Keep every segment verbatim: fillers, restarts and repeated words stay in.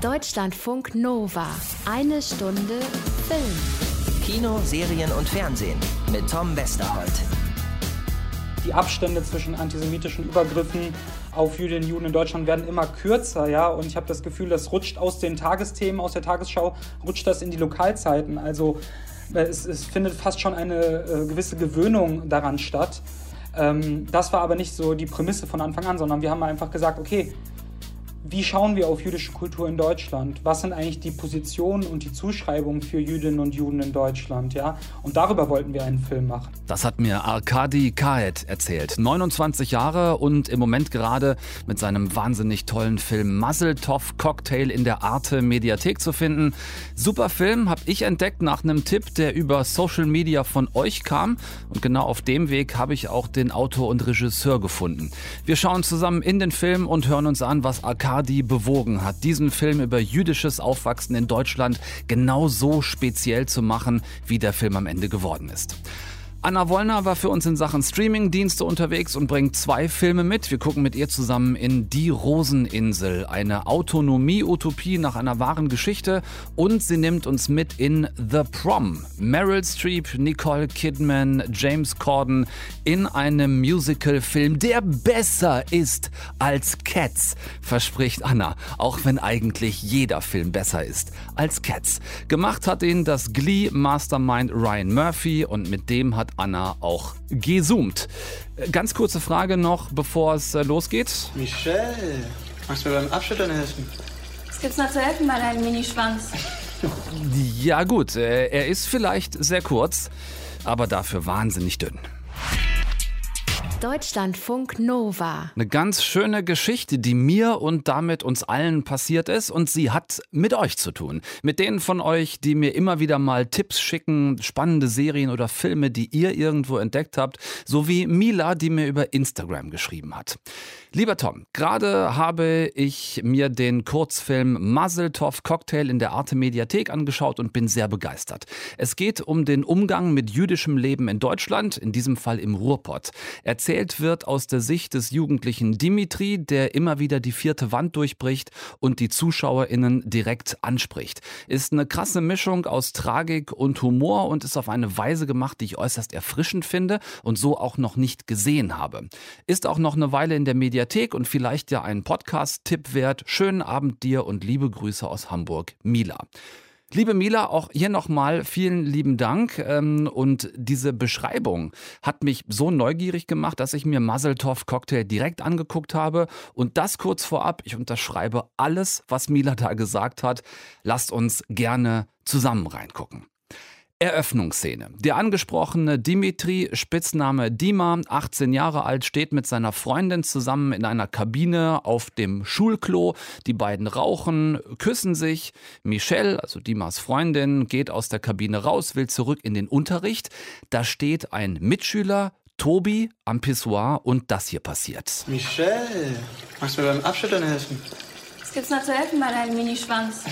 Deutschlandfunk Nova. Eine Stunde Film. Kino, Serien und Fernsehen mit Tom Westerholt. Die Abstände zwischen antisemitischen Übergriffen auf Jüdinnen und Juden in Deutschland werden immer kürzer, ja, und ich habe das Gefühl, das rutscht aus den Tagesthemen, aus der Tagesschau, rutscht das in die Lokalzeiten. Also es, es findet fast schon eine äh, gewisse Gewöhnung daran statt. Ähm, das war aber nicht so die Prämisse von Anfang an, sondern wir haben einfach gesagt, okay, wie schauen wir auf jüdische Kultur in Deutschland? Was sind eigentlich die Positionen und die Zuschreibungen für Jüdinnen und Juden in Deutschland? Ja? Und darüber wollten wir einen Film machen. Das hat mir Arkadi Kaet erzählt. neunundzwanzig Jahre und im Moment gerade mit seinem wahnsinnig tollen Film Mazel Tov Cocktail in der Arte Mediathek zu finden. Super Film, habe ich entdeckt nach einem Tipp, der über Social Media von euch kam. Und genau auf dem Weg habe ich auch den Autor und Regisseur gefunden. Wir schauen zusammen in den Film und hören uns an, was Arkadi die bewogen hat, diesen Film über jüdisches Aufwachsen in Deutschland genau so speziell zu machen, wie der Film am Ende geworden ist. Anna Wollner war für uns in Sachen Streaming-Dienste unterwegs und bringt zwei Filme mit. Wir gucken mit ihr zusammen in Die Roseninsel, eine Autonomie-Utopie nach einer wahren Geschichte. Und sie nimmt uns mit in The Prom. Meryl Streep, Nicole Kidman, James Corden in einem Musical-Film, der besser ist als Cats, verspricht Anna. Auch wenn eigentlich jeder Film besser ist als Cats. Gemacht hat ihn das Glee-Mastermind Ryan Murphy und mit dem hat Anna auch gezoomt. Ganz kurze Frage noch, bevor es losgeht. Michelle, magst du mir beim Abschütteln helfen? Was gibt's noch zu helfen bei deinem Minischwanz? Ja gut, er ist vielleicht sehr kurz, aber dafür wahnsinnig dünn. Deutschlandfunk Nova. Eine ganz schöne Geschichte, die mir und damit uns allen passiert ist, und sie hat mit euch zu tun. Mit denen von euch, die mir immer wieder mal Tipps schicken, spannende Serien oder Filme, die ihr irgendwo entdeckt habt, sowie Mila, die mir über Instagram geschrieben hat. Lieber Tom, gerade habe ich mir den Kurzfilm Mazel Tov Cocktail in der Arte Mediathek angeschaut und bin sehr begeistert. Es geht um den Umgang mit jüdischem Leben in Deutschland, in diesem Fall im Ruhrpott. Erzählt wird aus der Sicht des jugendlichen Dimitri, der immer wieder die vierte Wand durchbricht und die ZuschauerInnen direkt anspricht. Ist eine krasse Mischung aus Tragik und Humor und ist auf eine Weise gemacht, die ich äußerst erfrischend finde und so auch noch nicht gesehen habe. Ist auch noch eine Weile in der Mediathek und vielleicht ja ein Podcast-Tipp wert. Schönen Abend dir und liebe Grüße aus Hamburg, Mila. Liebe Mila, auch hier nochmal vielen lieben Dank. Und diese Beschreibung hat mich so neugierig gemacht, dass ich mir Mazel Tov Cocktail direkt angeguckt habe. Und das kurz vorab, ich unterschreibe alles, was Mila da gesagt hat. Lasst uns gerne zusammen reingucken. Eröffnungsszene. Der angesprochene Dimitri, Spitzname Dima, achtzehn Jahre alt, steht mit seiner Freundin zusammen in einer Kabine auf dem Schulklo. Die beiden rauchen, küssen sich. Michelle, also Dimas Freundin, geht aus der Kabine raus, will zurück in den Unterricht. Da steht ein Mitschüler, Tobi, am Pissoir und das hier passiert. Michelle, magst du mir beim Abschütteln helfen? Was gibt's noch zu helfen bei deinem Minischwanz?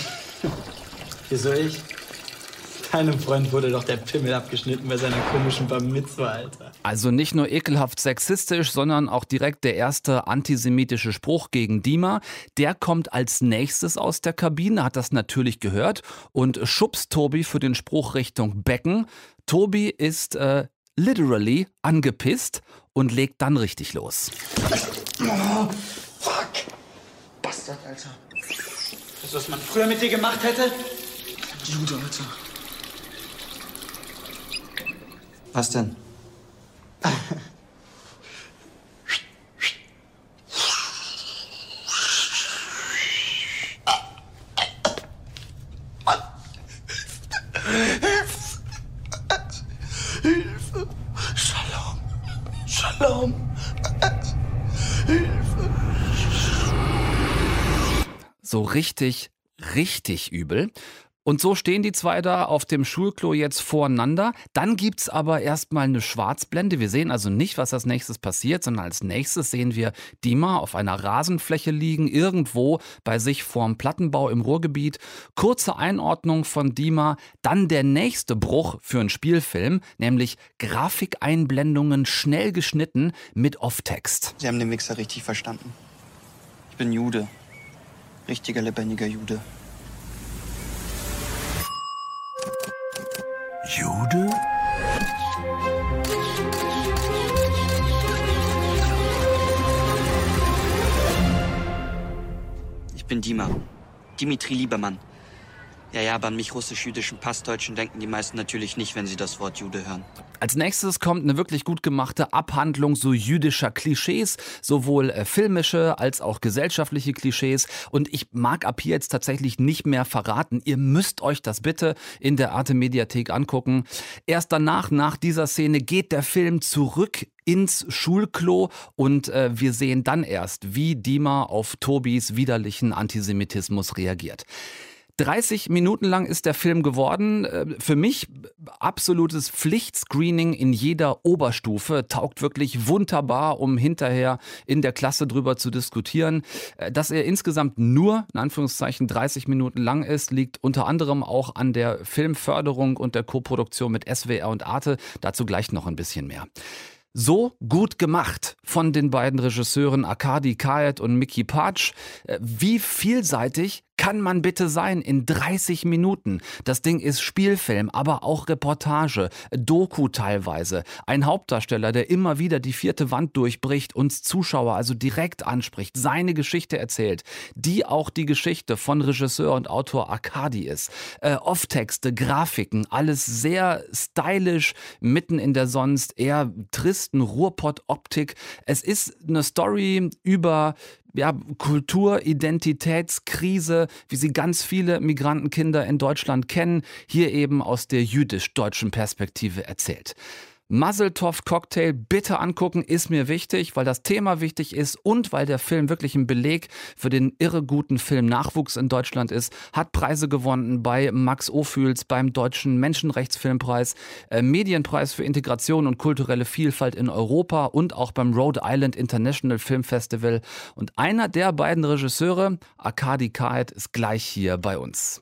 Wieso ich? Deinem Freund wurde doch der Pimmel abgeschnitten bei seiner komischen Bar Mitzwa, Alter. Also nicht nur ekelhaft sexistisch, sondern auch direkt der erste antisemitische Spruch gegen Dima. Der kommt als nächstes aus der Kabine, hat das natürlich gehört und schubst Tobi für den Spruch Richtung Becken. Tobi ist äh, literally angepisst und legt dann richtig los. Oh, fuck. Bastard, Alter. Weißt du, was man früher mit dir gemacht hätte? Jude, Alter. Was denn? Hilfe! Shalom! Shalom! Hilfe! So richtig, richtig übel. Und so stehen die zwei da auf dem Schulklo jetzt voreinander. Dann gibt's aber erstmal eine Schwarzblende. Wir sehen also nicht, was als nächstes passiert, sondern als nächstes sehen wir Dima auf einer Rasenfläche liegen, irgendwo bei sich vorm Plattenbau im Ruhrgebiet. Kurze Einordnung von Dima, dann der nächste Bruch für einen Spielfilm, nämlich Grafikeinblendungen schnell geschnitten mit Off-Text. Sie haben den Mixer richtig verstanden. Ich bin Jude. Richtiger, lebendiger Jude. bin Dima. Dimitri Liebermann. Ja, ja, aber an mich russisch-jüdischen Passdeutschen denken die meisten natürlich nicht, wenn sie das Wort Jude hören. Als nächstes kommt eine wirklich gut gemachte Abhandlung so jüdischer Klischees, sowohl äh, filmische als auch gesellschaftliche Klischees. Und ich mag ab hier jetzt tatsächlich nicht mehr verraten. Ihr müsst euch das bitte in der Arte-Mediathek angucken. Erst danach, nach dieser Szene, geht der Film zurück ins Schulklo und äh, wir sehen dann erst, wie Dima auf Tobis widerlichen Antisemitismus reagiert. dreißig Minuten lang ist der Film geworden. Für mich absolutes Pflichtscreening in jeder Oberstufe. Taugt wirklich wunderbar, um hinterher in der Klasse drüber zu diskutieren. Dass er insgesamt nur, in Anführungszeichen, dreißig Minuten lang ist, liegt unter anderem auch an der Filmförderung und der Koproduktion mit S W R und Arte. Dazu gleich noch ein bisschen mehr. So gut gemacht von den beiden Regisseuren Arkadi Kaet und Mickey Patsch. Wie vielseitig kann man bitte sein in dreißig Minuten? Das Ding ist Spielfilm, aber auch Reportage, Doku teilweise. Ein Hauptdarsteller, der immer wieder die vierte Wand durchbricht, uns Zuschauer also direkt anspricht, seine Geschichte erzählt, die auch die Geschichte von Regisseur und Autor Arkadi ist. Äh, Off-Texte, Grafiken, alles sehr stylisch, mitten in der sonst eher tristen Ruhrpott-Optik. Es ist eine Story über ja, Kultur, Identitätskrise, wie sie ganz viele Migrantenkinder in Deutschland kennen, hier eben aus der jüdisch-deutschen Perspektive erzählt. Mazeltov Cocktail bitte angucken, ist mir wichtig, weil das Thema wichtig ist und weil der Film wirklich ein Beleg für den irre guten Filmnachwuchs in Deutschland ist. Hat Preise gewonnen bei Max Ophüls, beim Deutschen Menschenrechtsfilmpreis, äh, Medienpreis für Integration und kulturelle Vielfalt in Europa und auch beim Rhode Island International Film Festival. Und einer der beiden Regisseure, Arkadi Kaet, ist gleich hier bei uns.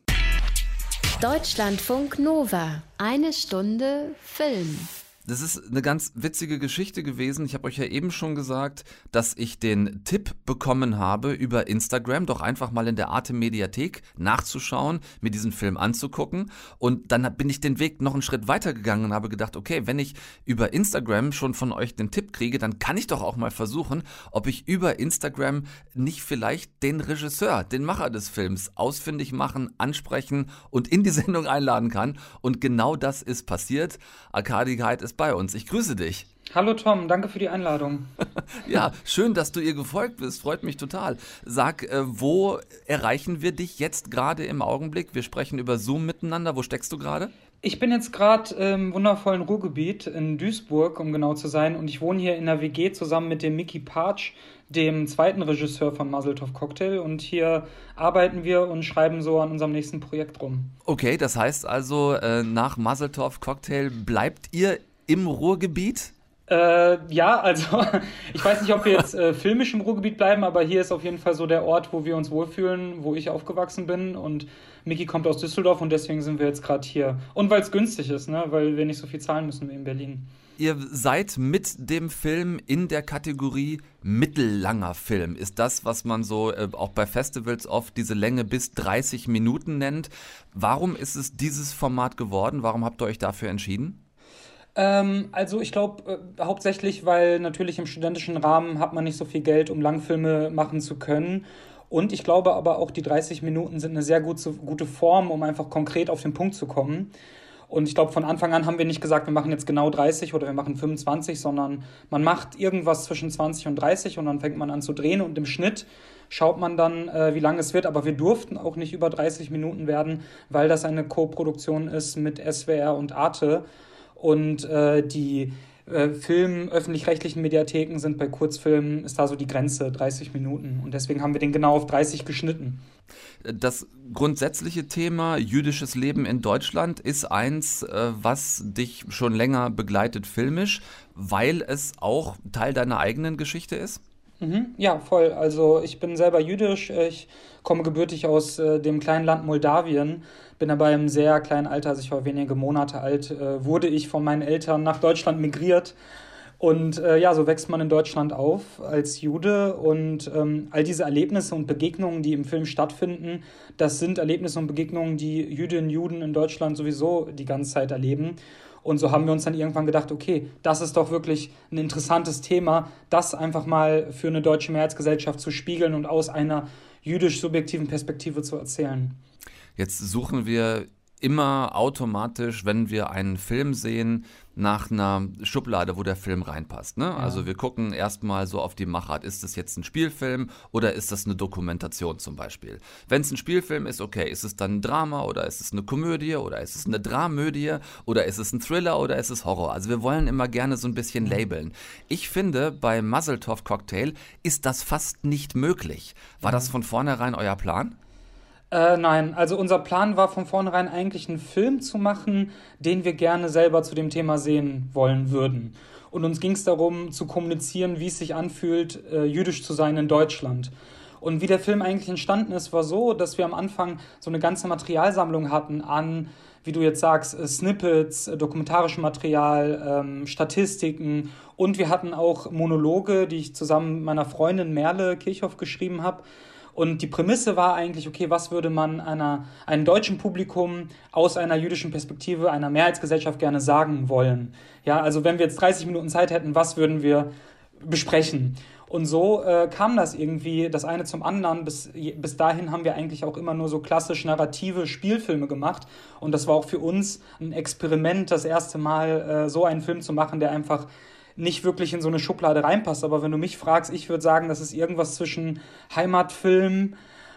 Deutschlandfunk Nova. Eine Stunde Film. Das ist eine ganz witzige Geschichte gewesen. Ich habe euch ja eben schon gesagt, dass ich den Tipp bekommen habe, über Instagram doch einfach mal in der Arte-Mediathek nachzuschauen, mir diesen Film anzugucken. Und dann bin ich den Weg noch einen Schritt weiter gegangen und habe gedacht, okay, wenn ich über Instagram schon von euch den Tipp kriege, dann kann ich doch auch mal versuchen, ob ich über Instagram nicht vielleicht den Regisseur, den Macher des Films ausfindig machen, ansprechen und in die Sendung einladen kann. Und genau das ist passiert. Arkadi Kaet ist bei uns. Ich grüße dich. Hallo Tom, danke für die Einladung. Ja, schön, dass du ihr gefolgt bist. Freut mich total. Sag, äh, wo erreichen wir dich jetzt gerade im Augenblick? Wir sprechen über Zoom miteinander. Wo steckst du gerade? Ich bin jetzt gerade im wundervollen Ruhrgebiet in Duisburg, um genau zu sein. Und ich wohne hier in der W G zusammen mit dem Mickey Patsch, dem zweiten Regisseur von Mazeltov Cocktail. Und hier arbeiten wir und schreiben so an unserem nächsten Projekt rum. Okay, das heißt also, äh, nach Mazeltov Cocktail bleibt ihr im Ruhrgebiet? Äh, ja, also ich weiß nicht, ob wir jetzt äh, filmisch im Ruhrgebiet bleiben, aber hier ist auf jeden Fall so der Ort, wo wir uns wohlfühlen, wo ich aufgewachsen bin. Und Mickey kommt aus Düsseldorf und deswegen sind wir jetzt gerade hier. Und weil es günstig ist, ne? Weil wir nicht so viel zahlen müssen wie in Berlin. Ihr seid mit dem Film in der Kategorie mittellanger Film. Ist das, was man so äh, auch bei Festivals oft diese Länge bis dreißig Minuten nennt. Warum ist es dieses Format geworden? Warum habt ihr euch dafür entschieden? Ähm, also ich glaube äh, hauptsächlich, weil natürlich im studentischen Rahmen hat man nicht so viel Geld, um Langfilme machen zu können. Und ich glaube aber auch, die dreißig Minuten sind eine sehr gute, gute Form, um einfach konkret auf den Punkt zu kommen. Und ich glaube, von Anfang an haben wir nicht gesagt, wir machen jetzt genau dreißig oder wir machen fünfundzwanzig, sondern man macht irgendwas zwischen zwanzig und dreißig und dann fängt man an zu drehen und im Schnitt schaut man dann, äh, wie lang es wird. Aber wir durften auch nicht über dreißig Minuten werden, weil das eine Co-Produktion ist mit S W R und Arte. Und äh, die äh, Film-, öffentlich-rechtlichen Mediatheken sind bei Kurzfilmen, ist da so die Grenze, dreißig Minuten. Und deswegen haben wir den genau auf dreißig geschnitten. Das grundsätzliche Thema jüdisches Leben in Deutschland ist eins, äh, was dich schon länger begleitet filmisch, weil es auch Teil deiner eigenen Geschichte ist? Mhm, ja, voll. Also ich bin selber jüdisch, ich komme gebürtig aus äh, dem kleinen Land Moldawien, bin aber im sehr kleinen Alter, also ich war wenige Monate alt, äh, wurde ich von meinen Eltern nach Deutschland migriert. Und äh, ja, so wächst man in Deutschland auf als Jude und ähm, all diese Erlebnisse und Begegnungen, die im Film stattfinden, das sind Erlebnisse und Begegnungen, die Jüdinnen und Juden in Deutschland sowieso die ganze Zeit erleben. Und so haben wir uns dann irgendwann gedacht, okay, das ist doch wirklich ein interessantes Thema, das einfach mal für eine deutsche Mehrheitsgesellschaft zu spiegeln und aus einer jüdisch-subjektiven Perspektive zu erzählen. Jetzt suchen wir immer automatisch, wenn wir einen Film sehen, nach einer Schublade, wo der Film reinpasst. Ne? Ja. Also wir gucken erstmal so auf die Machart. Ist das jetzt ein Spielfilm oder ist das eine Dokumentation zum Beispiel? Wenn es ein Spielfilm ist, okay, ist es dann ein Drama oder ist es eine Komödie oder ist es eine Dramödie oder ist es ein Thriller oder ist es Horror? Also wir wollen immer gerne so ein bisschen labeln. Ich finde, bei Mazeltov Cocktail ist das fast nicht möglich. War das von vornherein euer Plan? Äh, nein, also unser Plan war von vornherein eigentlich einen Film zu machen, den wir gerne selber zu dem Thema sehen wollen würden. Und uns ging es darum, zu kommunizieren, wie es sich anfühlt, äh, jüdisch zu sein in Deutschland. Und wie der Film eigentlich entstanden ist, war so, dass wir am Anfang so eine ganze Materialsammlung hatten an, wie du jetzt sagst, äh, Snippets, äh, dokumentarischem Material, ähm, Statistiken. Und wir hatten auch Monologe, die ich zusammen mit meiner Freundin Merle Kirchhoff geschrieben habe. Und die Prämisse war eigentlich, okay, was würde man einer, einem deutschen Publikum aus einer jüdischen Perspektive, einer Mehrheitsgesellschaft gerne sagen wollen? Ja, also wenn wir jetzt dreißig Minuten Zeit hätten, was würden wir besprechen? Und so äh, kam das irgendwie das eine zum anderen. Bis, bis dahin haben wir eigentlich auch immer nur so klassisch narrative Spielfilme gemacht. Und das war auch für uns ein Experiment, das erste Mal äh, so einen Film zu machen, der einfach nicht wirklich in so eine Schublade reinpasst. Aber wenn du mich fragst, ich würde sagen, das ist irgendwas zwischen Heimatfilm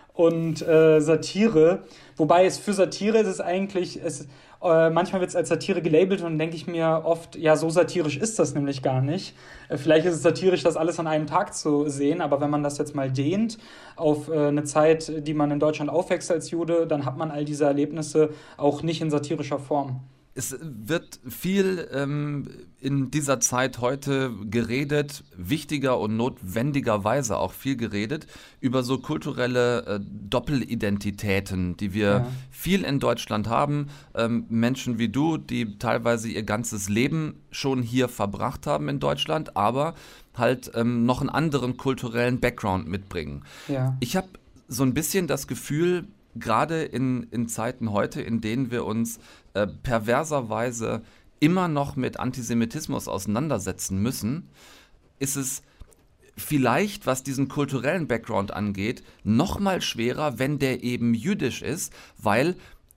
und äh, Satire. Wobei es für Satire ist es eigentlich, es, äh, manchmal wird es als Satire gelabelt und dann denke ich mir oft, ja, so satirisch ist das nämlich gar nicht. Äh, vielleicht ist es satirisch, das alles an einem Tag zu sehen, aber wenn man das jetzt mal dehnt auf äh, eine Zeit, die man in Deutschland aufwächst als Jude, dann hat man all diese Erlebnisse auch nicht in satirischer Form. Es wird viel ähm, in dieser Zeit heute geredet, wichtiger und notwendigerweise auch viel geredet, über so kulturelle äh, Doppelidentitäten, die wir ja. viel in Deutschland haben. Ähm, Menschen wie du, die teilweise ihr ganzes Leben schon hier verbracht haben in Deutschland, aber halt ähm, noch einen anderen kulturellen Background mitbringen. Ja. Ich habe so ein bisschen das Gefühl, gerade in, in Zeiten heute, in denen wir uns äh, perverserweise immer noch mit Antisemitismus auseinandersetzen müssen, ist es vielleicht, was diesen kulturellen Background angeht, noch mal schwerer, wenn der eben jüdisch ist, weil,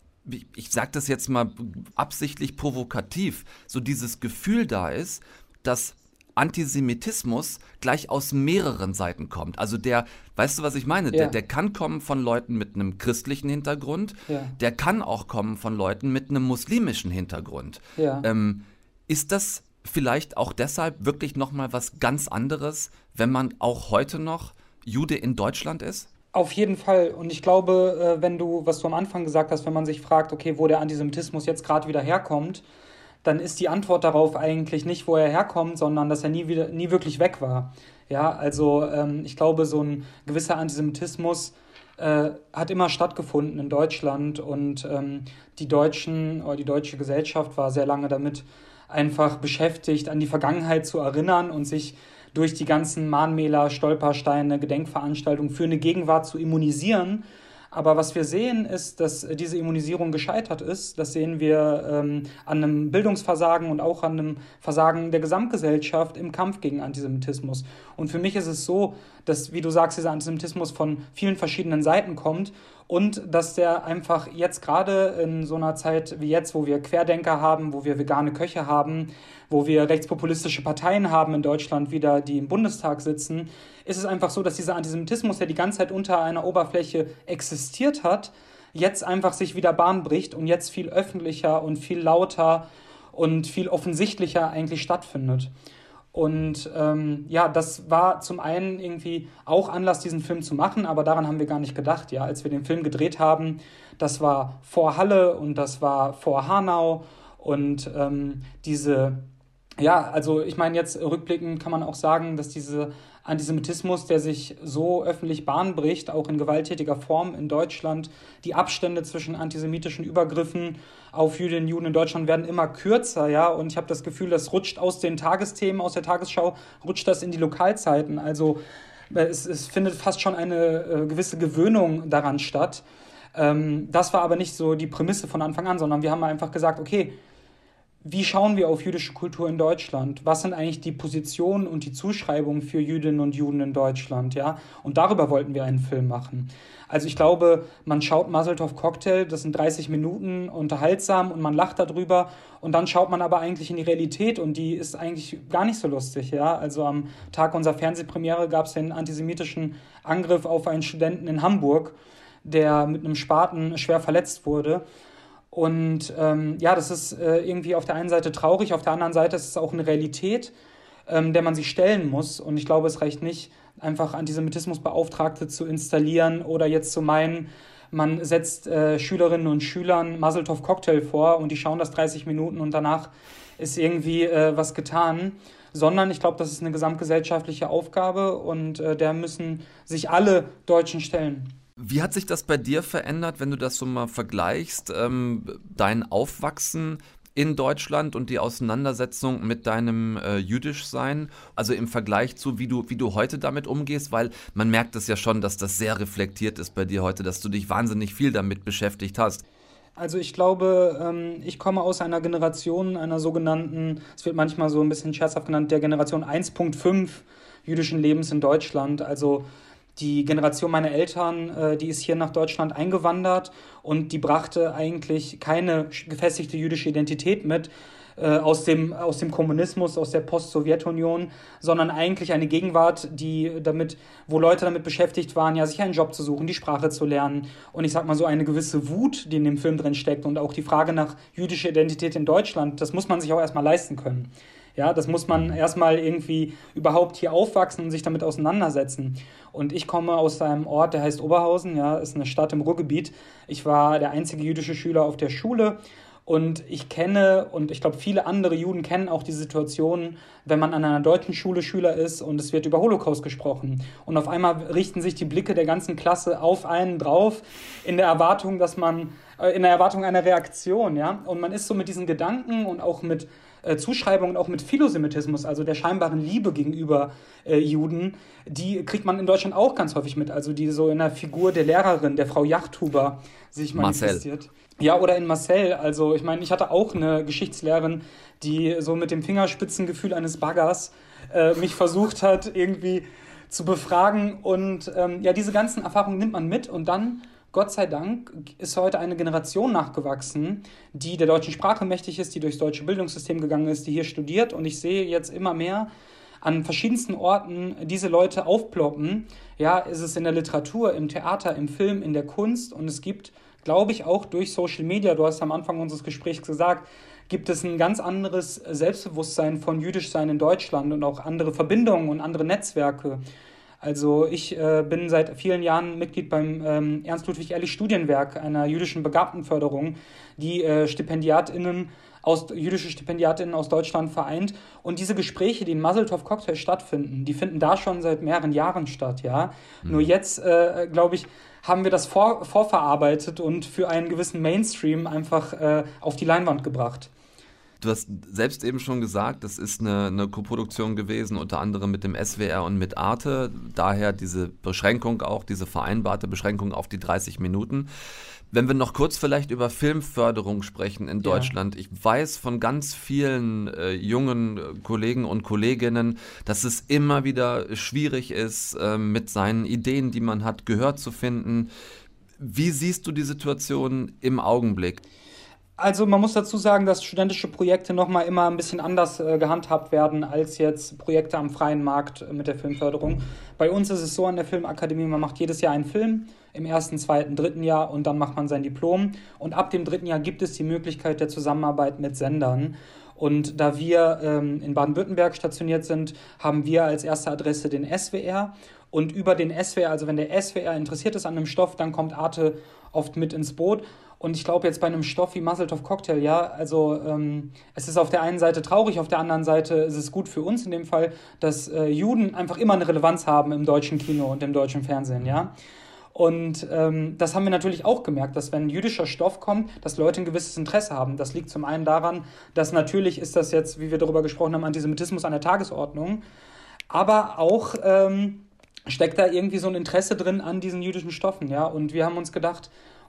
ich sage das jetzt mal absichtlich provokativ, so dieses Gefühl da ist, dass Antisemitismus gleich aus mehreren Seiten kommt. Also der, weißt du, was ich meine? Ja. Der, der kann kommen von Leuten mit einem christlichen Hintergrund, ja. der kann auch kommen von Leuten mit einem muslimischen Hintergrund. Ja. Ähm, ist das vielleicht auch deshalb wirklich nochmal was ganz anderes, wenn man auch heute noch Jude in Deutschland ist? Auf jeden Fall. Und ich glaube, wenn du, was du am Anfang gesagt hast, wenn man sich fragt, okay, wo der Antisemitismus jetzt gerade wieder herkommt, dann ist die Antwort darauf eigentlich nicht, wo er herkommt, sondern dass er nie wieder, nie wirklich weg war. Ja, also ähm, ich glaube, so ein gewisser Antisemitismus äh, hat immer stattgefunden in Deutschland und ähm, die Deutschen oder die deutsche Gesellschaft war sehr lange damit einfach beschäftigt, an die Vergangenheit zu erinnern und sich durch die ganzen Mahnmäler, Stolpersteine, Gedenkveranstaltungen für eine Gegenwart zu immunisieren. Aber was wir sehen, ist, dass diese Immunisierung gescheitert ist. Das sehen wir ähm, an einem Bildungsversagen und auch an einem Versagen der Gesamtgesellschaft im Kampf gegen Antisemitismus. Und für mich ist es so, dass, wie du sagst, dieser Antisemitismus von vielen verschiedenen Seiten kommt und dass der einfach jetzt gerade in so einer Zeit wie jetzt, wo wir Querdenker haben, wo wir vegane Köche haben, wo wir rechtspopulistische Parteien haben in Deutschland wieder, die im Bundestag sitzen, ist es einfach so, dass dieser Antisemitismus, der die ganze Zeit unter einer Oberfläche existiert hat, jetzt einfach sich wieder Bahn bricht und jetzt viel öffentlicher und viel lauter und viel offensichtlicher eigentlich stattfindet. Und ähm, ja, das war zum einen irgendwie auch Anlass, diesen Film zu machen, aber daran haben wir gar nicht gedacht. Ja, als wir den Film gedreht haben, das war vor Halle und das war vor Hanau und ähm, diese, ja, also ich meine jetzt rückblickend kann man auch sagen, dass dieser Antisemitismus, der sich so öffentlich Bahn bricht, auch in gewalttätiger Form in Deutschland, die Abstände zwischen antisemitischen Übergriffen auf Jüdinnen und Juden in Deutschland werden immer kürzer, ja, und ich habe das Gefühl, das rutscht aus den Tagesthemen, aus der Tagesschau, rutscht das in die Lokalzeiten, also es, es findet fast schon eine äh, gewisse Gewöhnung daran statt. Ähm, das war aber nicht so die Prämisse von Anfang an, sondern wir haben einfach gesagt, okay, wie schauen wir auf jüdische Kultur in Deutschland? Was sind eigentlich die Positionen und die Zuschreibungen für Jüdinnen und Juden in Deutschland? Ja? Und darüber wollten wir einen Film machen. Also ich glaube, man schaut Mazel Tov Cocktail, das sind dreißig Minuten unterhaltsam und man lacht darüber. Und dann schaut man aber eigentlich in die Realität und die ist eigentlich gar nicht so lustig. Ja? Also am Tag unserer Fernsehpremiere gab es den antisemitischen Angriff auf einen Studenten in Hamburg, der mit einem Spaten schwer verletzt wurde. Und ähm, ja, das ist äh, irgendwie auf der einen Seite traurig, auf der anderen Seite ist es auch eine Realität, ähm, der man sich stellen muss. Und ich glaube, es reicht nicht, einfach Antisemitismusbeauftragte zu installieren oder jetzt zu meinen, man setzt äh, Schülerinnen und Schülern Mazel Tov Cocktail vor und die schauen das dreißig Minuten und danach ist irgendwie äh, was getan. Sondern ich glaube, das ist eine gesamtgesellschaftliche Aufgabe und äh, der müssen sich alle Deutschen stellen. Wie hat sich das bei dir verändert, wenn du das so mal vergleichst, ähm, dein Aufwachsen in Deutschland und die Auseinandersetzung mit deinem äh, Jüdischsein, also im Vergleich zu, wie du, wie du heute damit umgehst, weil man merkt es ja schon, dass das sehr reflektiert ist bei dir heute, dass du dich wahnsinnig viel damit beschäftigt hast. Also ich glaube, ähm, ich komme aus einer Generation, einer sogenannten, es wird manchmal so ein bisschen scherzhaft genannt, der Generation eins Punkt fünf jüdischen Lebens in Deutschland, also die Generation meiner Eltern, äh, die ist hier nach Deutschland eingewandert und die brachte eigentlich keine gefestigte jüdische Identität mit äh, aus dem, aus dem Kommunismus, aus der Post-Sowjetunion, sondern eigentlich eine Gegenwart, die damit, wo Leute damit beschäftigt waren, ja, sich einen Job zu suchen, die Sprache zu lernen. Und ich sag mal so eine gewisse Wut, die in dem Film drin steckt und auch die Frage nach jüdischer Identität in Deutschland, das muss man sich auch erstmal leisten können. Ja, das muss man erstmal irgendwie überhaupt hier aufwachsen und sich damit auseinandersetzen. Und ich komme aus einem Ort, der heißt Oberhausen, ja, ist eine Stadt im Ruhrgebiet. Ich war der einzige jüdische Schüler auf der Schule und ich kenne, und ich glaube, viele andere Juden kennen auch die Situation, wenn man an einer deutschen Schule Schüler ist und es wird über Holocaust gesprochen. Und auf einmal richten sich die Blicke der ganzen Klasse auf einen drauf, in der Erwartung, dass man, äh, in der Erwartung einer Reaktion, ja. Und man ist so mit diesen Gedanken und auch mit Zuschreibungen, auch mit Philosemitismus, also der scheinbaren Liebe gegenüber äh, Juden, die kriegt man in Deutschland auch ganz häufig mit, also die so in der Figur der Lehrerin, der Frau Yachthuber, sich manifestiert. Marcel. Ja, oder in Marcel, also ich meine, ich hatte auch eine Geschichtslehrerin, die so mit dem Fingerspitzengefühl eines Baggers äh, mich versucht hat, irgendwie zu befragen und ähm, ja, diese ganzen Erfahrungen nimmt man mit und dann Gott sei Dank ist heute eine Generation nachgewachsen, die der deutschen Sprache mächtig ist, die durchs deutsche Bildungssystem gegangen ist, die hier studiert. Und ich sehe jetzt immer mehr an verschiedensten Orten diese Leute aufploppen. Ja, ist es in der Literatur, im Theater, im Film, in der Kunst. Und es gibt, glaube ich, auch durch Social Media, du hast am Anfang unseres Gesprächs gesagt, gibt es ein ganz anderes Selbstbewusstsein von Jüdischsein in Deutschland und auch andere Verbindungen und andere Netzwerke. Also ich äh, bin seit vielen Jahren Mitglied beim ähm, Ernst-Ludwig-Ehrlich-Studienwerk, einer jüdischen Begabtenförderung, die äh, StipendiatInnen aus, jüdische StipendiatInnen aus Deutschland vereint. Und diese Gespräche, die in Mazel Tov Cocktail stattfinden, die finden da schon seit mehreren Jahren statt, ja. Mhm. Nur jetzt, äh, glaube ich, haben wir das vor, vorverarbeitet und für einen gewissen Mainstream einfach äh, auf die Leinwand gebracht. Du hast selbst eben schon gesagt, das ist eine, eine Koproduktion gewesen, unter anderem mit dem S W R und mit Arte. Daher diese Beschränkung auch, diese vereinbarte Beschränkung auf die dreißig Minuten. Wenn wir noch kurz vielleicht über Filmförderung sprechen in Deutschland. Ja. Ich weiß von ganz vielen äh, jungen Kollegen und Kolleginnen, dass es immer wieder schwierig ist, äh, mit seinen Ideen, die man hat, Gehör zu finden. Wie siehst du die Situation im Augenblick? Also man muss dazu sagen, dass studentische Projekte nochmal immer ein bisschen anders äh, gehandhabt werden als jetzt Projekte am freien Markt äh, mit der Filmförderung. Bei uns ist es so an der Filmakademie, man macht jedes Jahr einen Film, im ersten, zweiten, dritten Jahr und dann macht man sein Diplom. Und ab dem dritten Jahr gibt es die Möglichkeit der Zusammenarbeit mit Sendern. Und da wir ähm, in Baden-Württemberg stationiert sind, haben wir als erste Adresse den S W R. Und über den S W R, also wenn der S W R interessiert ist an einem Stoff, dann kommt Arte oft mit ins Boot. Und ich glaube jetzt bei einem Stoff wie Mazel Tov Cocktail, ja, also ähm, es ist auf der einen Seite traurig, auf der anderen Seite ist es gut für uns in dem Fall, dass äh, Juden einfach immer eine Relevanz haben im deutschen Kino und im deutschen Fernsehen, ja. Und ähm, das haben wir natürlich auch gemerkt, dass wenn jüdischer Stoff kommt, dass Leute ein gewisses Interesse haben. Das liegt zum einen daran, dass natürlich ist das jetzt, wie wir darüber gesprochen haben, Antisemitismus an der Tagesordnung, aber auch ähm, steckt da irgendwie so ein Interesse drin an diesen jüdischen Stoffen, ja. Und wir haben uns gedacht,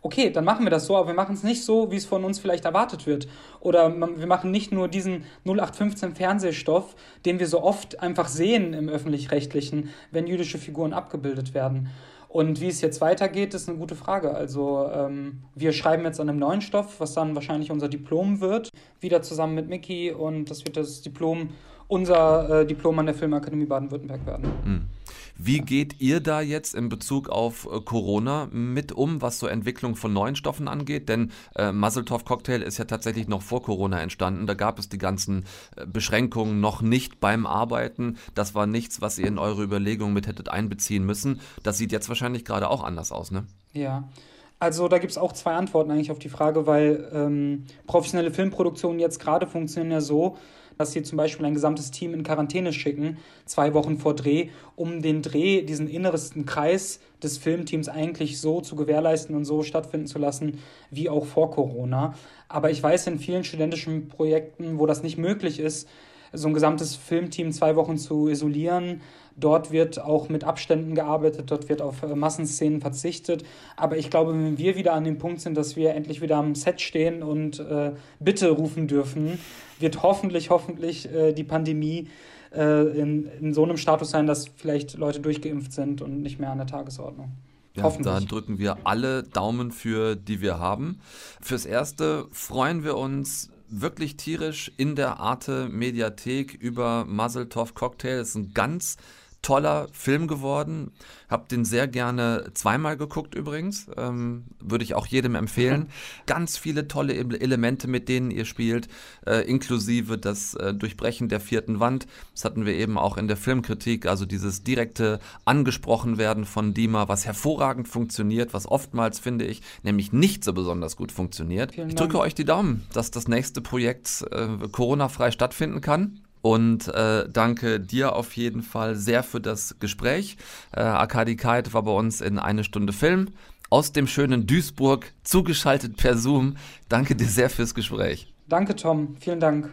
okay, dann machen wir das so, aber wir machen es nicht so, wie es von uns vielleicht erwartet wird. Oder man, wir machen nicht nur diesen null acht fünfzehn Fernsehstoff, den wir so oft einfach sehen im Öffentlich-Rechtlichen, wenn jüdische Figuren abgebildet werden. Und wie es jetzt weitergeht, ist eine gute Frage. Also ähm, wir schreiben jetzt an einem neuen Stoff, was dann wahrscheinlich unser Diplom wird, wieder zusammen mit Miki, und das wird das Diplom, unser äh, Diplom an der Filmakademie Baden-Württemberg werden. Mhm. Wie geht ihr da jetzt in Bezug auf äh, Corona mit um, was so Entwicklung von neuen Stoffen angeht? Denn äh, Maseltov Cocktail ist ja tatsächlich noch vor Corona entstanden. Da gab es die ganzen äh, Beschränkungen noch nicht beim Arbeiten. Das war nichts, was ihr in eure Überlegungen mit hättet einbeziehen müssen. Das sieht jetzt wahrscheinlich gerade auch anders aus, ne? Ja, also da gibt es auch zwei Antworten eigentlich auf die Frage, weil ähm, professionelle Filmproduktionen jetzt gerade funktionieren ja so, dass sie zum Beispiel ein gesamtes Team in Quarantäne schicken, zwei Wochen vor Dreh, um den Dreh, diesen innersten Kreis des Filmteams eigentlich so zu gewährleisten und so stattfinden zu lassen, wie auch vor Corona. Aber ich weiß, in vielen studentischen Projekten, wo das nicht möglich ist, so ein gesamtes Filmteam zwei Wochen zu isolieren. Dort wird auch mit Abständen gearbeitet, dort wird auf äh, Massenszenen verzichtet. Aber ich glaube, wenn wir wieder an dem Punkt sind, dass wir endlich wieder am Set stehen und äh, Bitte rufen dürfen, wird hoffentlich, hoffentlich äh, die Pandemie äh, in, in so einem Status sein, dass vielleicht Leute durchgeimpft sind und nicht mehr an der Tagesordnung. Ja, da drücken wir alle Daumen für, die wir haben. Fürs Erste freuen wir uns wirklich tierisch in der Arte-Mediathek über Maseltov Cocktail. Das ist ein ganz toller Film geworden. Hab den sehr gerne zweimal geguckt übrigens. Ähm, würde ich auch jedem empfehlen. Ganz viele tolle Elemente, mit denen ihr spielt, äh, inklusive das äh, Durchbrechen der vierten Wand. Das hatten wir eben auch in der Filmkritik, also dieses direkte Angesprochenwerden von Dima, was hervorragend funktioniert, was oftmals, finde ich, nämlich nicht so besonders gut funktioniert. Ich drücke euch die Daumen, dass das nächste Projekt äh, Corona-frei stattfinden kann. Und äh, danke dir auf jeden Fall sehr für das Gespräch. Äh, Arkadi Kait war bei uns in Eine Stunde Film aus dem schönen Duisburg, zugeschaltet per Zoom. Danke dir sehr fürs Gespräch. Danke, Tom. Vielen Dank.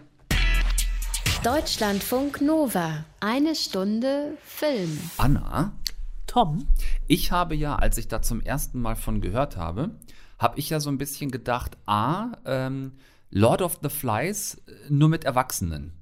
Deutschlandfunk Nova. Eine Stunde Film. Anna? Tom? Ich habe ja, als ich da zum ersten Mal von gehört habe, habe ich ja so ein bisschen gedacht, ah, ähm, Lord of the Flies nur mit Erwachsenen.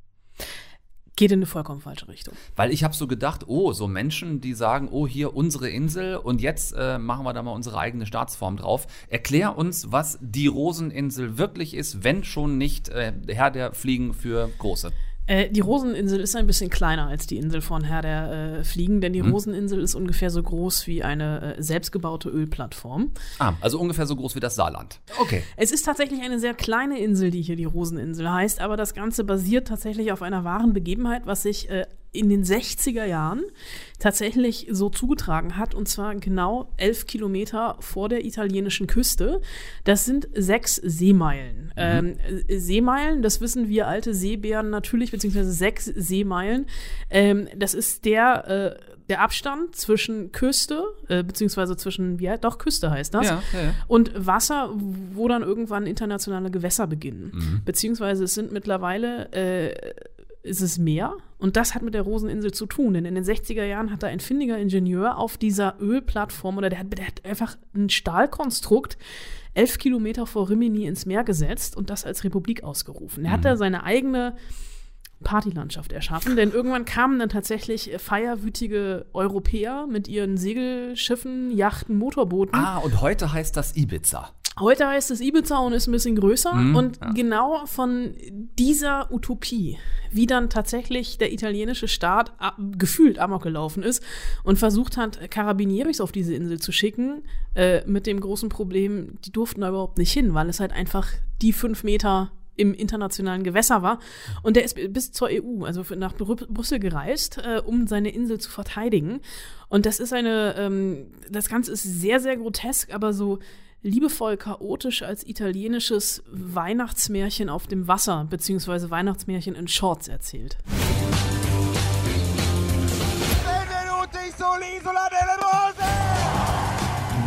Geht in eine vollkommen falsche Richtung. Weil ich habe so gedacht, oh, so Menschen, die sagen, oh, hier unsere Insel und jetzt äh, machen wir da mal unsere eigene Staatsform drauf. Erklär uns, was die Roseninsel wirklich ist, wenn schon nicht äh, Herr der Fliegen für Große. Äh, die Roseninsel ist ein bisschen kleiner als die Insel von Herr der äh, Fliegen, denn die hm. Roseninsel ist ungefähr so groß wie eine äh, selbstgebaute Ölplattform. Ah, also ungefähr so groß wie das Saarland. Okay. Es ist tatsächlich eine sehr kleine Insel, die hier die Roseninsel heißt, aber das Ganze basiert tatsächlich auf einer wahren Begebenheit, was sich äh, in den sechziger Jahren tatsächlich so zugetragen hat, und zwar genau elf Kilometer vor der italienischen Küste. Das sind sechs Seemeilen. Mhm. Ähm, Seemeilen, das wissen wir alte Seebären natürlich, beziehungsweise sechs Seemeilen. Ähm, das ist der, äh, der Abstand zwischen Küste, äh, beziehungsweise zwischen, wie doch, Küste heißt das, ja, ja, ja. und Wasser, wo dann irgendwann internationale Gewässer beginnen. Mhm. Beziehungsweise es sind mittlerweile äh, ist es Meer, und das hat mit der Roseninsel zu tun, denn in den sechziger Jahren hat da ein findiger Ingenieur auf dieser Ölplattform, oder der hat, der hat einfach ein Stahlkonstrukt elf Kilometer vor Rimini ins Meer gesetzt und das als Republik ausgerufen. Er Mhm. hat da seine eigene Partylandschaft erschaffen, denn irgendwann kamen dann tatsächlich feierwütige Europäer mit ihren Segelschiffen, Yachten, Motorbooten. Ah, und heute heißt das Ibiza. Heute heißt es Ibiza und ist ein bisschen größer. Mhm, und ja. genau von dieser Utopie, wie dann tatsächlich der italienische Staat ab, gefühlt amok gelaufen ist und versucht hat, Carabinieris auf diese Insel zu schicken, äh, mit dem großen Problem, die durften da überhaupt nicht hin, weil es halt einfach die fünf Meter im internationalen Gewässer war. Und der ist bis zur E U, also nach Brü- Brüssel gereist, äh, um seine Insel zu verteidigen. Und das ist eine, ähm, das Ganze ist sehr, sehr grotesk, aber so liebevoll chaotisch als italienisches Weihnachtsmärchen auf dem Wasser, beziehungsweise Weihnachtsmärchen in Shorts erzählt. Benvenuti sull'isola delle Rose!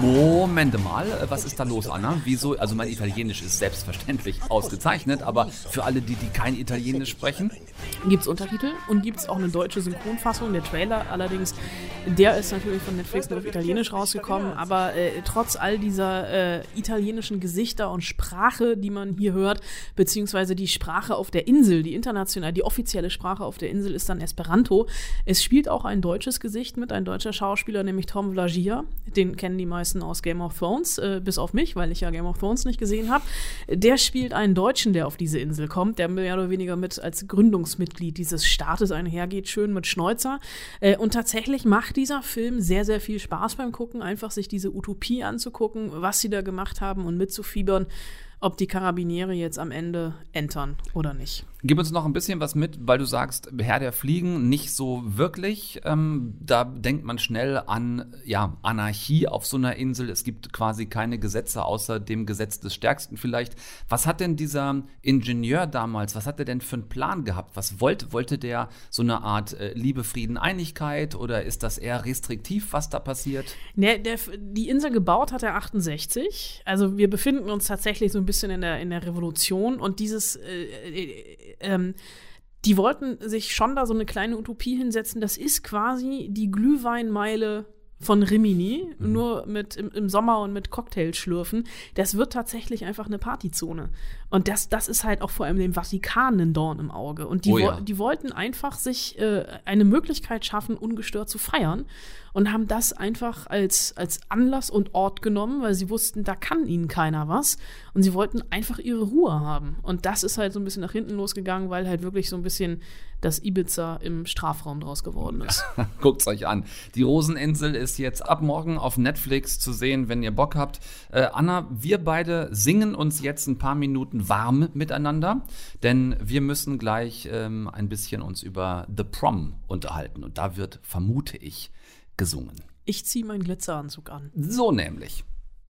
Moment mal, was ist da los, Anna? Wieso? Also mein Italienisch ist selbstverständlich ausgezeichnet, aber für alle, die, die kein Italienisch sprechen? Gibt es Untertitel und gibt es auch eine deutsche Synchronfassung. Der Trailer allerdings, der ist natürlich von Netflix nur auf Italienisch rausgekommen, aber äh, trotz all dieser äh, italienischen Gesichter und Sprache, die man hier hört, beziehungsweise die Sprache auf der Insel, die international, die offizielle Sprache auf der Insel ist dann Esperanto. Es spielt auch ein deutsches Gesicht mit, ein deutscher Schauspieler, nämlich Tom Vlagia. Den kennen die meisten aus Game of Thrones, äh, bis auf mich, weil ich ja Game of Thrones nicht gesehen habe. Der spielt einen Deutschen, der auf diese Insel kommt, der mehr oder weniger mit als Gründungsmitglied dieses Staates einhergeht, schön mit Schnäuzer. Äh, und tatsächlich macht dieser Film sehr, sehr viel Spaß beim Gucken, einfach sich diese Utopie anzugucken, was sie da gemacht haben und mitzufiebern, ob die Karabiniere jetzt am Ende entern oder nicht. Gib uns noch ein bisschen was mit, weil du sagst, Herr der Fliegen nicht so wirklich. Ähm, da denkt man schnell an ja, Anarchie auf so einer Insel. Es gibt quasi keine Gesetze außer dem Gesetz des Stärksten vielleicht. Was hat denn dieser Ingenieur damals, was hat er denn für einen Plan gehabt? Was wollte, wollte der so eine Art äh, Liebe, Frieden, Einigkeit oder ist das eher restriktiv, was da passiert? Der, der, die Insel gebaut hat er achtundsechzig. Also wir befinden uns tatsächlich so ein bisschen in der, in der Revolution und dieses äh, äh, ähm, die wollten sich schon da so eine kleine Utopie hinsetzen. Das ist quasi die Glühweinmeile von Rimini, mhm. nur mit im, im Sommer und mit Cocktails schlürfen. Das wird tatsächlich einfach eine Partyzone. Und das, das ist halt auch vor allem dem Vatikan ein Dorn im Auge. Und die, oh ja. wo, die wollten einfach sich äh, eine Möglichkeit schaffen, ungestört zu feiern und haben das einfach als, als Anlass und Ort genommen, weil sie wussten, da kann ihnen keiner was. Und sie wollten einfach ihre Ruhe haben. Und das ist halt so ein bisschen nach hinten losgegangen, weil halt wirklich so ein bisschen das Ibiza im Strafraum draus geworden ist. Guckt's euch an. Die Roseninsel ist jetzt ab morgen auf Netflix zu sehen, wenn ihr Bock habt. Äh, Anna, wir beide singen uns jetzt ein paar Minuten warm miteinander, denn wir müssen gleich ähm, ein bisschen uns über The Prom unterhalten. Und da wird, vermute ich, gesungen. Ich ziehe meinen Glitzeranzug an. So nämlich.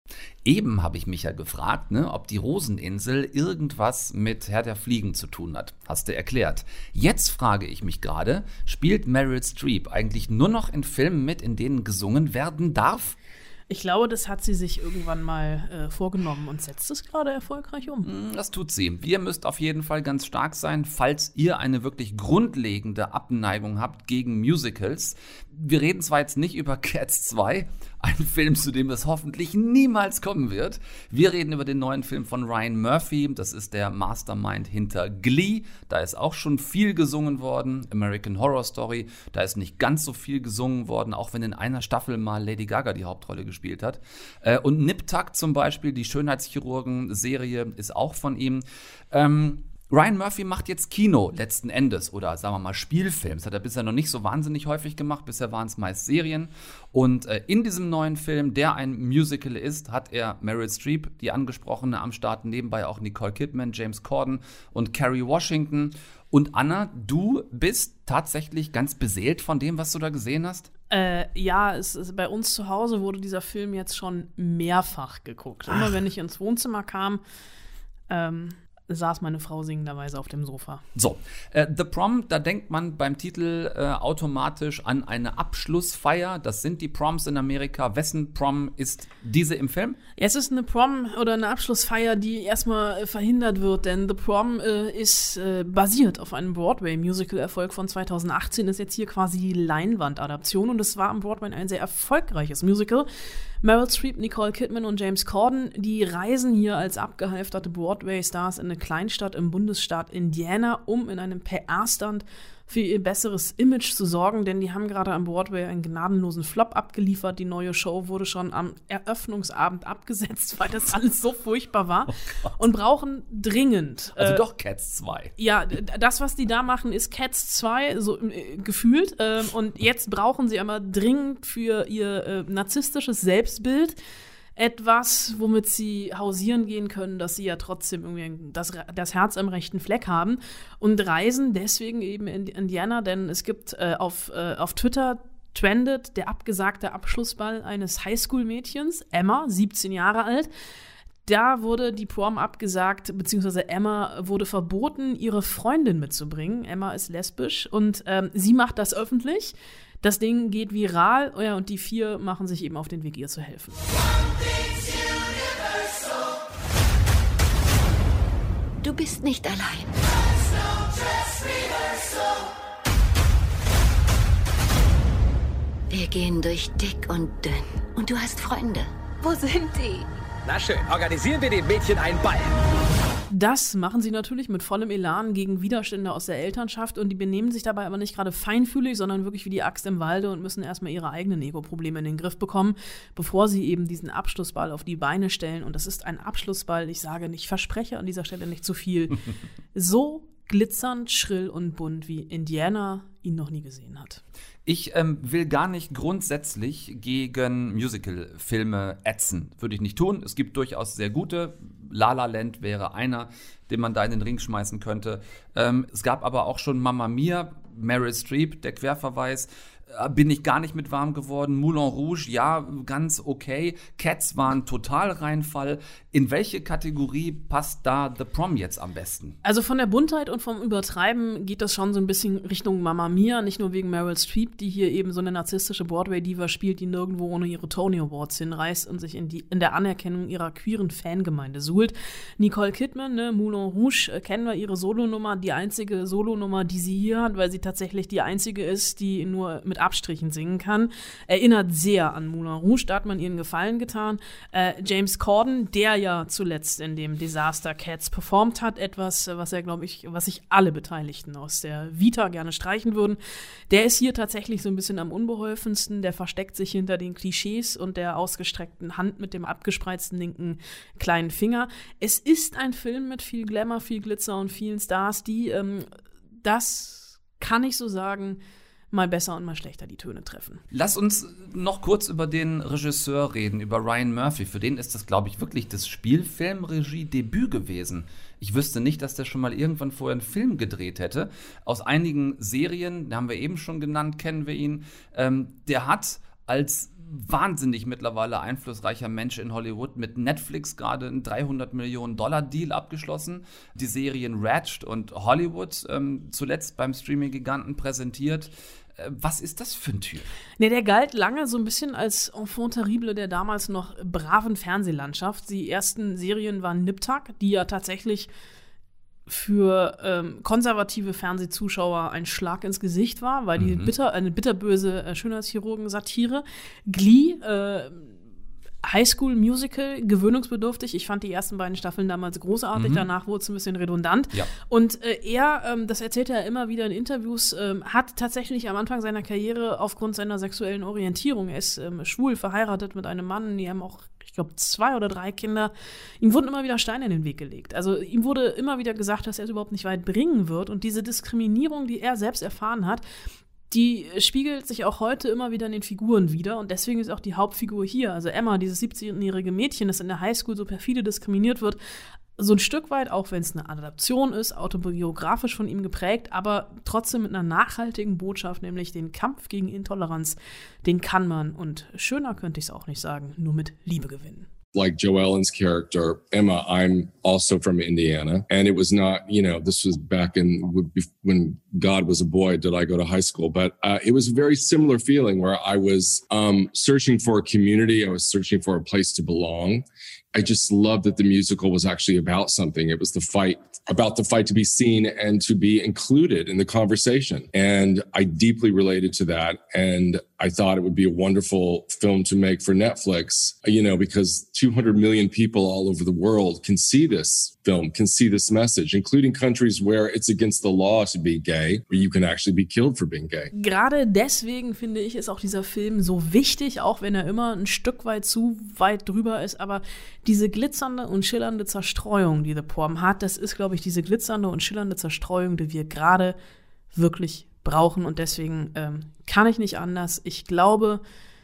Eben habe ich mich ja gefragt, ne, ob die Roseninsel irgendwas mit Herr der Fliegen zu tun hat. Hast du erklärt. Jetzt frage ich mich gerade, spielt Meryl Streep eigentlich nur noch in Filmen mit, in denen gesungen werden darf? Ich glaube, das hat sie sich irgendwann mal äh, vorgenommen und setzt es gerade erfolgreich um. Das tut sie. Ihr müsst auf jeden Fall ganz stark sein, falls ihr eine wirklich grundlegende Abneigung habt gegen Musicals. Wir reden zwar jetzt nicht über Cats zwei, ein Film, zu dem es hoffentlich niemals kommen wird. Wir reden über den neuen Film von Ryan Murphy. Das ist der Mastermind hinter Glee. Da ist auch schon viel gesungen worden. American Horror Story, da ist nicht ganz so viel gesungen worden, auch wenn in einer Staffel mal Lady Gaga die Hauptrolle gespielt hat. Und Nip Tuck zum Beispiel, die Schönheitschirurgen-Serie, ist auch von ihm. Ähm, Ryan Murphy macht jetzt Kino letzten Endes oder sagen wir mal Spielfilm. Das hat er bisher noch nicht so wahnsinnig häufig gemacht. Bisher waren es meist Serien. Und äh, in diesem neuen Film, der ein Musical ist, hat er Meryl Streep, die angesprochene, am Start. Nebenbei auch Nicole Kidman, James Corden und Kerry Washington. Und Anna, du bist tatsächlich ganz beseelt von dem, was du da gesehen hast? Äh, ja, es, es, bei uns zu Hause wurde dieser Film jetzt schon mehrfach geguckt. Immer Ach. wenn ich ins Wohnzimmer kam, ähm saß meine Frau singenderweise auf dem Sofa. So, äh, The Prom, da denkt man beim Titel äh, automatisch an eine Abschlussfeier. Das sind die Proms in Amerika. Wessen Prom ist diese im Film? Ja, es ist eine Prom oder eine Abschlussfeier, die erstmal äh, verhindert wird, denn The Prom äh, ist äh, basiert auf einem Broadway-Musical-Erfolg von zweitausendachtzehn, ist jetzt hier quasi die Leinwandadaption und es war am Broadway ein sehr erfolgreiches Musical. Meryl Streep, Nicole Kidman und James Corden, die reisen hier als abgehalfterte Broadway-Stars in eine Kleinstadt im Bundesstaat Indiana, um in einem P R-Stunt für ihr besseres Image zu sorgen, denn die haben gerade am Broadway einen gnadenlosen Flop abgeliefert. Die neue Show wurde schon am Eröffnungsabend abgesetzt, weil das alles so furchtbar war oh und brauchen dringend Also äh, doch Cats zwei. Ja, das, was die da machen, ist Cats zwei, so äh, gefühlt. Äh, und jetzt brauchen sie aber dringend für ihr äh, narzisstisches Selbstbild etwas, womit sie hausieren gehen können, dass sie ja trotzdem irgendwie das, das Herz am rechten Fleck haben und reisen deswegen eben in Indiana, denn es gibt äh, auf, äh, auf Twitter trendet der abgesagte Abschlussball eines Highschool-Mädchens, Emma, siebzehn Jahre alt. Da wurde die Prom abgesagt, beziehungsweise Emma wurde verboten, ihre Freundin mitzubringen. Emma ist lesbisch und ähm, sie macht das öffentlich. Das Ding geht viral, ja, und die vier machen sich eben auf den Weg, ihr zu helfen. Du bist nicht allein. Wir gehen durch dick und dünn. Und du hast Freunde. Wo sind die? Na schön, organisieren wir dem Mädchen einen Ball. Das machen sie natürlich mit vollem Elan gegen Widerstände aus der Elternschaft und die benehmen sich dabei aber nicht gerade feinfühlig, sondern wirklich wie die Axt im Walde und müssen erstmal ihre eigenen Ego-Probleme in den Griff bekommen, bevor sie eben diesen Abschlussball auf die Beine stellen. Und das ist ein Abschlussball, ich sage, ich verspreche an dieser Stelle nicht zu viel, so glitzernd, schrill und bunt, wie Indiana ihn noch nie gesehen hat. Ich ähm, will gar nicht grundsätzlich gegen Musical-Filme ätzen. Würde ich nicht tun. Es gibt durchaus sehr gute. La La Land wäre einer, den man da in den Ring schmeißen könnte. Ähm, es gab aber auch schon Mamma Mia, Meryl Streep, der Querverweis. Äh, bin ich gar nicht mit warm geworden. Moulin Rouge, ja, ganz okay. Cats war ein Totalreinfall. In welche Kategorie passt da The Prom jetzt am besten? Also von der Buntheit und vom Übertreiben geht das schon so ein bisschen Richtung Mamma Mia, nicht nur wegen Meryl Streep, die hier eben so eine narzisstische Broadway-Diva spielt, die nirgendwo ohne ihre Tony Awards hinreißt und sich in, die, in der Anerkennung ihrer queeren Fangemeinde suhlt. Nicole Kidman, ne, Moulin Rouge, äh, kennen wir ihre Solonummer, die einzige Solonummer, die sie hier hat, weil sie tatsächlich die einzige ist, die nur mit Abstrichen singen kann. Erinnert sehr an Moulin Rouge, da hat man ihren Gefallen getan. Äh, James Corden, der ja zuletzt in dem Desaster Cats performt hat, etwas, was er, glaube ich, was sich alle Beteiligten aus der Vita gerne streichen würden. Der ist hier tatsächlich so ein bisschen am unbeholfensten, der versteckt sich hinter den Klischees und der ausgestreckten Hand mit dem abgespreizten linken kleinen Finger. Es ist ein Film mit viel Glamour, viel Glitzer und vielen Stars, die, ähm, das kann ich so sagen, mal besser und mal schlechter die Töne treffen. Lass uns noch kurz über den Regisseur reden, über Ryan Murphy. Für den ist das, glaube ich, wirklich das Spielfilmregie-Debüt gewesen. Ich wüsste nicht, dass der schon mal irgendwann vorher einen Film gedreht hätte. Aus einigen Serien, da haben wir eben schon genannt, kennen wir ihn. Ähm, der hat als wahnsinnig mittlerweile einflussreicher Mensch in Hollywood mit Netflix gerade einen dreihundert Millionen Dollar Deal abgeschlossen. Die Serien Ratched und Hollywood ähm, zuletzt beim Streaming-Giganten präsentiert. Äh, was ist das für ein Typ? Ne, der galt lange so ein bisschen als Enfant terrible der damals noch braven Fernsehlandschaft. Die ersten Serien waren Nip-Tuck, die ja tatsächlich für ähm, konservative Fernsehzuschauer ein Schlag ins Gesicht war, weil die mhm. bitter, eine bitterböse äh, Schönheitschirurgen-Satire. Glee, äh, Highschool-Musical, gewöhnungsbedürftig. Ich fand die ersten beiden Staffeln damals großartig, mhm. danach wurde es ein bisschen redundant. Ja. Und äh, er, ähm, das erzählt er immer wieder in Interviews, ähm, hat tatsächlich am Anfang seiner Karriere aufgrund seiner sexuellen Orientierung, er ist ähm, schwul, verheiratet mit einem Mann, die haben auch, ich glaube, zwei oder drei Kinder. Ihm wurden immer wieder Steine in den Weg gelegt. Also ihm wurde immer wieder gesagt, dass er es überhaupt nicht weit bringen wird. Und diese Diskriminierung, die er selbst erfahren hat, die spiegelt sich auch heute immer wieder in den Figuren wider. Und deswegen ist auch die Hauptfigur hier, also Emma, dieses siebzehnjährige Mädchen, das in der Highschool so perfide diskriminiert wird, so ein Stück weit, auch wenn es eine Adaption ist, autobiografisch von ihm geprägt, aber trotzdem mit einer nachhaltigen Botschaft, nämlich den Kampf gegen Intoleranz, den kann man, und schöner könnte ich es auch nicht sagen, nur mit Liebe gewinnen. Like Joe Ellen's character, Emma, I'm also from Indiana. And it was not, you know, this was back in when God was a boy, did I go to high school? But uh, it was a very similar feeling where I was um, searching for a community. I was searching for a place to belong. I just loved that the musical was actually about something. It was the fight, about the fight to be seen and to be included in the conversation. And I deeply related to that. And I thought it would be a wonderful film to make for Netflix, you know, because two hundred million people all over the world can see this film, can see this message, including countries where it's against the law to be gay, where you can actually be killed for being gay. Gerade deswegen finde ich, ist auch dieser Film so wichtig, auch wenn er immer ein Stück weit zu weit drüber ist, aber diese glitzernde und schillernde Zerstreuung, die The Prom hat, das ist, glaube ich, diese glitzernde und schillernde Zerstreuung, die wir gerade wirklich brauchen. Und deswegen ähm, kann ich nicht anders. Ich glaube,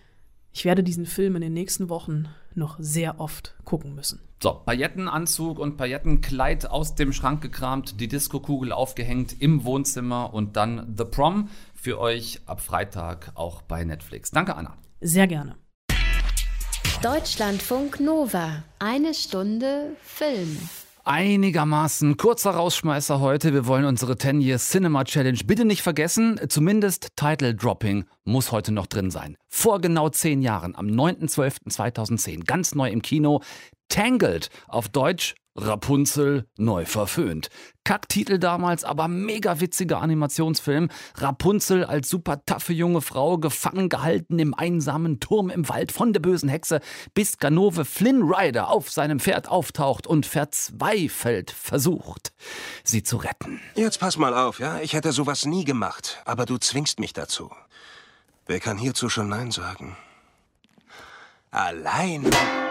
ich werde diesen Film in den nächsten Wochen noch sehr oft gucken müssen. So, Paillettenanzug und Paillettenkleid aus dem Schrank gekramt, die Diskokugel aufgehängt im Wohnzimmer und dann The Prom für euch ab Freitag auch bei Netflix. Danke, Anna. Sehr gerne. Deutschlandfunk Nova. Eine Stunde Film. Einigermaßen kurzer Rausschmeißer heute. Wir wollen unsere ten Year Cinema Challenge bitte nicht vergessen. Zumindest Title Dropping muss heute noch drin sein. Vor genau zehn Jahren, am neunten zwölften zweitausendzehn, ganz neu im Kino, Tangled, auf Deutsch Rapunzel neu verföhnt. Kacktitel damals, aber mega witziger Animationsfilm. Rapunzel als super taffe junge Frau, gefangen gehalten im einsamen Turm im Wald von der bösen Hexe, bis Ganove Flynn Rider auf seinem Pferd auftaucht und verzweifelt versucht, sie zu retten. Jetzt pass mal auf, ja? Ich hätte sowas nie gemacht, aber du zwingst mich dazu. Wer kann hierzu schon Nein sagen? Allein...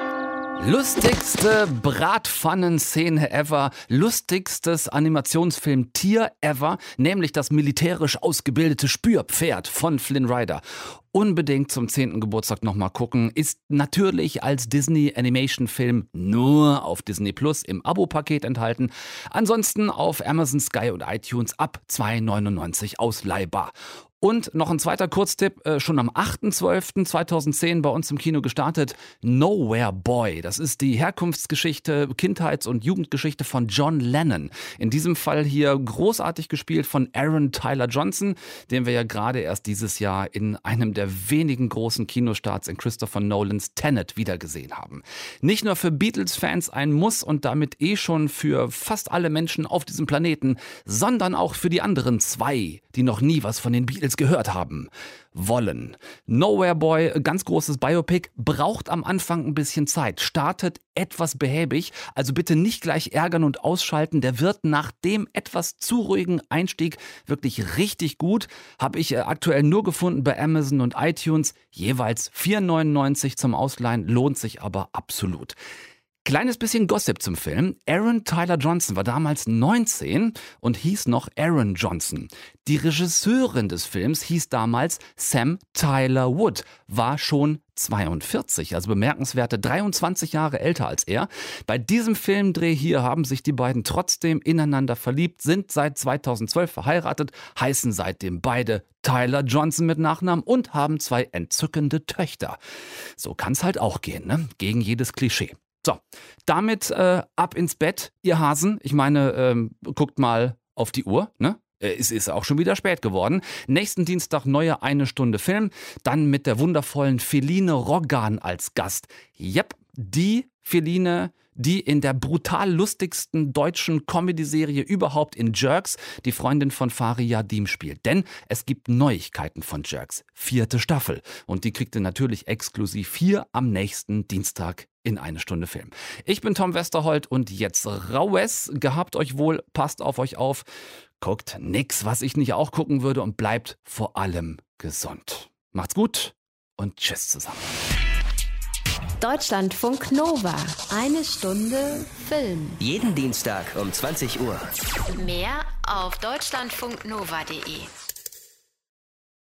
Lustigste Bratpfannen-Szene ever, lustigstes Animationsfilm-Tier ever, nämlich das militärisch ausgebildete Spürpferd von Flynn Rider. Unbedingt zum zehnten Geburtstag nochmal gucken, ist natürlich als Disney-Animation-Film nur auf Disney Plus im Abo-Paket enthalten, ansonsten auf Amazon, Sky und iTunes ab zwei neunundneunzig ausleihbar. Und noch ein zweiter Kurztipp, äh, schon am achten zwölften zweitausendzehn bei uns im Kino gestartet, Nowhere Boy. Das ist die Herkunftsgeschichte, Kindheits- und Jugendgeschichte von John Lennon. In diesem Fall hier großartig gespielt von Aaron Tyler Johnson, den wir ja gerade erst dieses Jahr in einem der wenigen großen Kinostarts in Christopher Nolans Tenet wiedergesehen haben. Nicht nur für Beatles-Fans ein Muss und damit eh schon für fast alle Menschen auf diesem Planeten, sondern auch für die anderen zwei, die noch nie was von den Beatles gehört haben wollen. Nowhere Boy, ganz großes Biopic, braucht am Anfang ein bisschen Zeit, startet etwas behäbig, also bitte nicht gleich ärgern und ausschalten, der wird nach dem etwas zu ruhigen Einstieg wirklich richtig gut, habe ich aktuell nur gefunden bei Amazon und iTunes, jeweils vier neunundneunzig zum Ausleihen, lohnt sich aber absolut. Kleines bisschen Gossip zum Film. Aaron Tyler Johnson war damals neunzehn und hieß noch Aaron Johnson. Die Regisseurin des Films hieß damals Sam Tyler Wood, war schon zweiundvierzig, also bemerkenswerte dreiundzwanzig Jahre älter als er. Bei diesem Filmdreh hier haben sich die beiden trotzdem ineinander verliebt, sind seit zweitausendzwölf verheiratet, heißen seitdem beide Tyler Johnson mit Nachnamen und haben zwei entzückende Töchter. So kann's halt auch gehen, ne? Gegen jedes Klischee. So, damit äh, ab ins Bett, ihr Hasen. Ich meine, ähm, guckt mal auf die Uhr, ne? Es ist auch schon wieder spät geworden. Nächsten Dienstag neue eine Stunde Film. Dann mit der wundervollen Feline Roggan als Gast. Jep, die Feline, die in der brutal lustigsten deutschen Comedy-Serie überhaupt in Jerks die Freundin von Fari Yadim spielt. Denn es gibt Neuigkeiten von Jerks. Vierte Staffel. Und die kriegt ihr natürlich exklusiv hier am nächsten Dienstag in eine Stunde Film. Ich bin Tom Westerholt und jetzt raues. Gehabt euch wohl, passt auf euch auf. Guckt nix, was ich nicht auch gucken würde und bleibt vor allem gesund. Macht's gut und tschüss zusammen. Deutschlandfunk Nova. Eine Stunde Film. Jeden Dienstag um zwanzig Uhr. Mehr auf deutschlandfunknova punkt de.